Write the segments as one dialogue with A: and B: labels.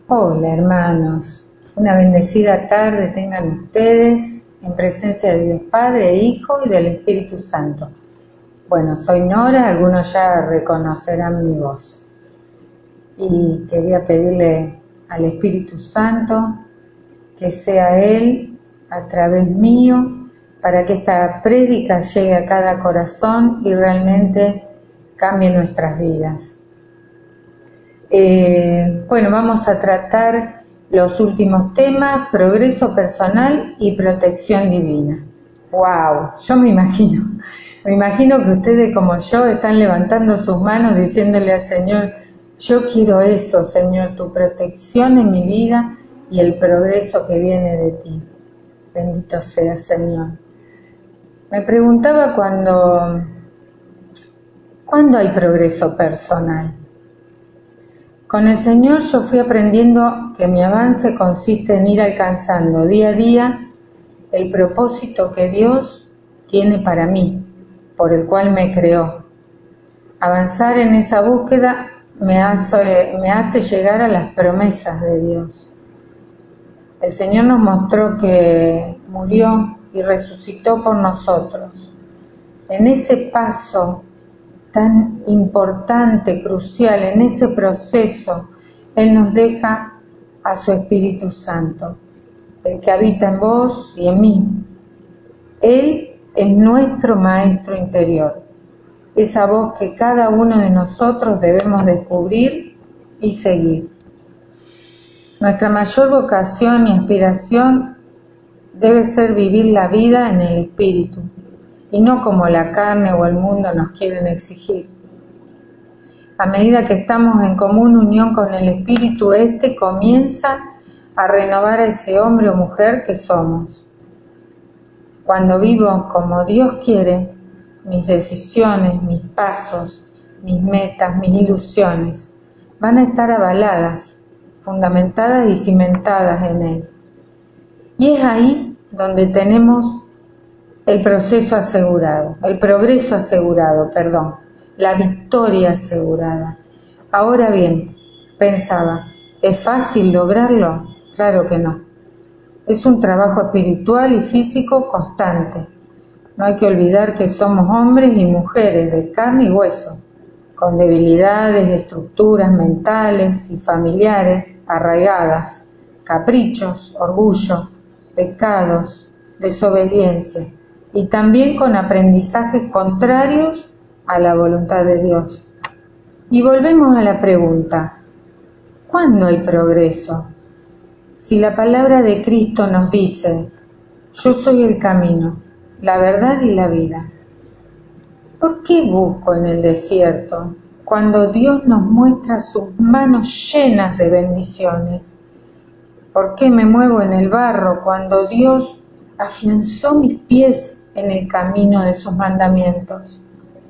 A: Hola hermanos, una bendecida tarde tengan ustedes en presencia de Dios Padre, Hijo y del Espíritu Santo. Bueno, soy Nora, algunos ya reconocerán mi voz. Y quería pedirle al Espíritu Santo que sea Él a través mío para que esta prédica llegue a cada corazón y realmente cambie nuestras vidas. Bueno, vamos a tratar los últimos temas: progreso personal y protección divina. ¡Wow! Yo me imagino que ustedes, como yo, están levantando sus manos diciéndole al Señor: yo quiero eso, Señor, tu protección en mi vida y el progreso que viene de ti. Bendito sea, Señor. Me preguntaba ¿cuándo hay progreso personal? Con el Señor yo fui aprendiendo que mi avance consiste en ir alcanzando día a día el propósito que Dios tiene para mí, por el cual me creó. Avanzar en esa búsqueda me hace llegar a las promesas de Dios. El Señor nos mostró que murió y resucitó por nosotros. En ese paso tan importante, crucial, en ese proceso, Él nos deja a su Espíritu Santo, el que habita en vos y en mí. Él es nuestro maestro interior, esa voz que cada uno de nosotros debemos descubrir y seguir. Nuestra mayor vocación y aspiración debe ser vivir la vida en el Espíritu, y no como la carne o el mundo nos quieren exigir. A medida que estamos en común unión con el Espíritu, este comienza a renovar a ese hombre o mujer que somos. Cuando vivo como Dios quiere, mis decisiones, mis pasos, mis metas, mis ilusiones van a estar avaladas, fundamentadas y cimentadas en Él. Y es ahí donde tenemos el progreso asegurado, la victoria asegurada. Ahora bien, pensaba, ¿es fácil lograrlo? Claro que no. Es un trabajo espiritual y físico constante. No hay que olvidar que somos hombres y mujeres de carne y hueso, con debilidades, estructuras mentales y familiares arraigadas, caprichos, orgullo, pecados, desobediencia, y también con aprendizajes contrarios a la voluntad de Dios. Y volvemos a la pregunta: ¿cuándo hay progreso? Si la palabra de Cristo nos dice: yo soy el camino, la verdad y la vida, ¿por qué busco en el desierto cuando Dios nos muestra sus manos llenas de bendiciones? ¿Por qué me muevo en el barro cuando Dios afianzó mis pies en el camino de sus mandamientos?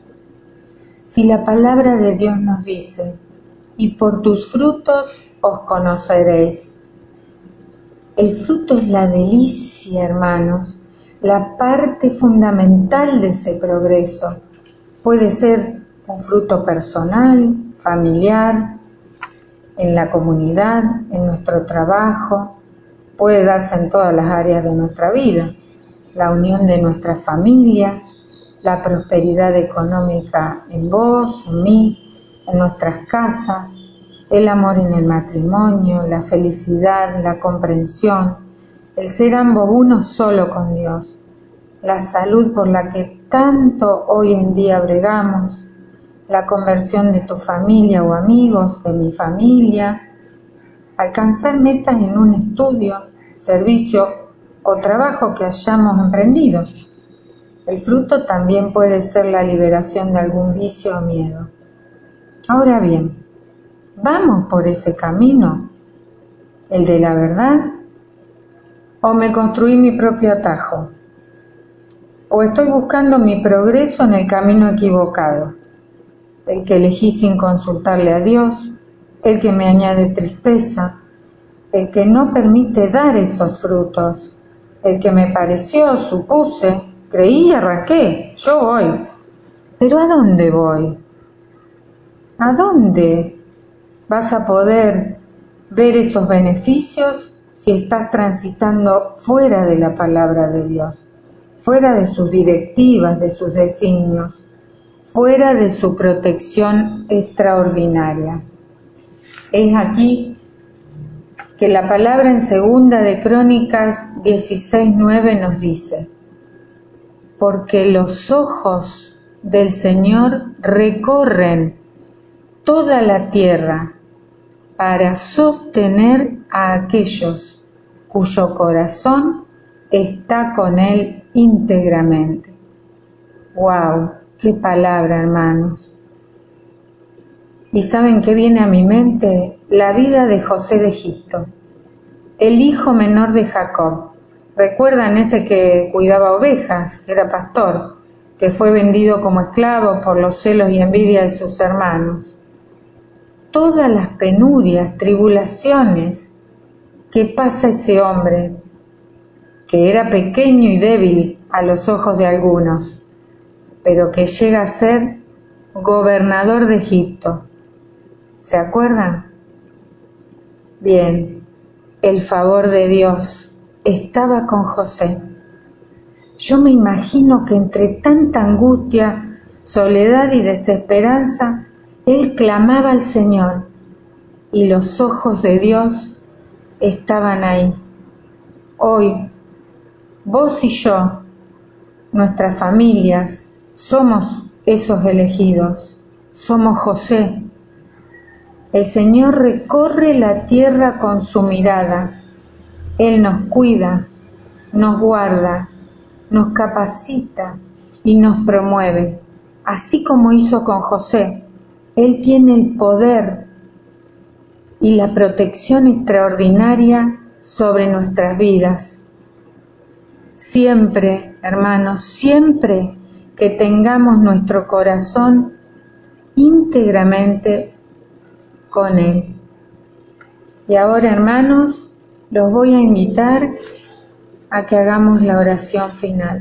A: Si la palabra de Dios nos dice: y por tus frutos os conoceréis. El fruto es la delicia, hermanos, la parte fundamental de ese progreso. Puede ser un fruto personal, familiar, en la comunidad, en nuestro trabajo. Puede darse en todas las áreas de nuestra vida: la unión de nuestras familias, la prosperidad económica en vos, en mí, en nuestras casas, el amor en el matrimonio, la felicidad, la comprensión, el ser ambos uno solo con Dios, la salud por la que tanto hoy en día bregamos, la conversión de tu familia o amigos, de mi familia, alcanzar metas en un estudio, servicio o trabajo que hayamos emprendido. El fruto también puede ser la liberación de algún vicio o miedo. Ahora bien, ¿vamos por ese camino, el de la verdad? ¿O me construí mi propio atajo? ¿O estoy buscando mi progreso en el camino equivocado, el que elegí sin consultarle a Dios, el que me añade tristeza, el que no permite dar esos frutos, el que me pareció, supuse, creí y arranqué? Yo voy. ¿Pero a dónde voy? ¿A dónde vas a poder ver esos beneficios si estás transitando fuera de la palabra de Dios, fuera de sus directivas, de sus designios, fuera de su protección extraordinaria. Es aquí que la palabra en segunda de Crónicas 16:9 nos dice: porque los ojos del Señor recorren toda la tierra para sostener a aquellos cuyo corazón está con Él íntegramente. ¡Wow! ¡Qué palabra, hermanos! ¿Y saben qué viene a mi mente? La vida de José de Egipto, el hijo menor de Jacob. ¿Recuerdan ese que cuidaba ovejas, que era pastor, que fue vendido como esclavo por los celos y envidia de sus hermanos? Todas las penurias, tribulaciones que pasa ese hombre, que era pequeño y débil a los ojos de algunos, pero que llega a ser gobernador de Egipto. ¿Se acuerdan? Bien, el favor de Dios estaba con José. Yo me imagino que entre tanta angustia, soledad y desesperanza, él clamaba al Señor y los ojos de Dios estaban ahí. Hoy, vos y yo, nuestras familias, somos esos elegidos, somos José. El Señor recorre la tierra con su mirada. Él nos cuida, nos guarda, nos capacita y nos promueve, así como hizo con José. Él tiene el poder y la protección extraordinaria sobre nuestras vidas. Siempre, hermanos, siempre que tengamos nuestro corazón íntegramente con Él. Y ahora, hermanos, los voy a invitar a que hagamos la oración final.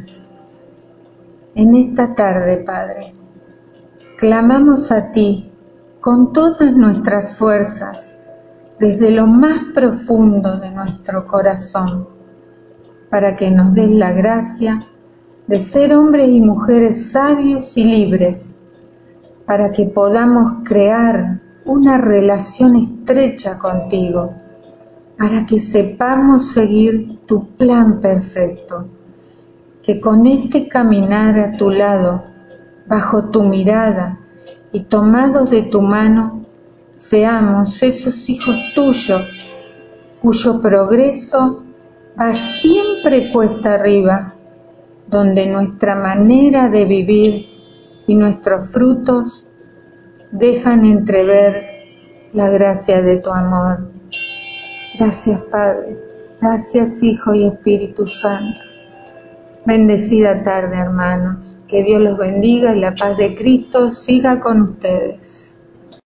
A: En esta tarde, Padre, clamamos a ti con todas nuestras fuerzas, desde lo más profundo de nuestro corazón, para que nos des la gracia de ser hombres y mujeres sabios y libres, para que podamos crear una relación estrecha contigo, para que sepamos seguir tu plan perfecto, que con este caminar a tu lado, bajo tu mirada y tomados de tu mano, seamos esos hijos tuyos, cuyo progreso va siempre cuesta arriba, donde nuestra manera de vivir y nuestros frutos dejan entrever la gracia de tu amor. Gracias, Padre. Gracias, Hijo y Espíritu Santo. Bendecida tarde, hermanos. Que Dios los bendiga y la paz de Cristo siga con ustedes.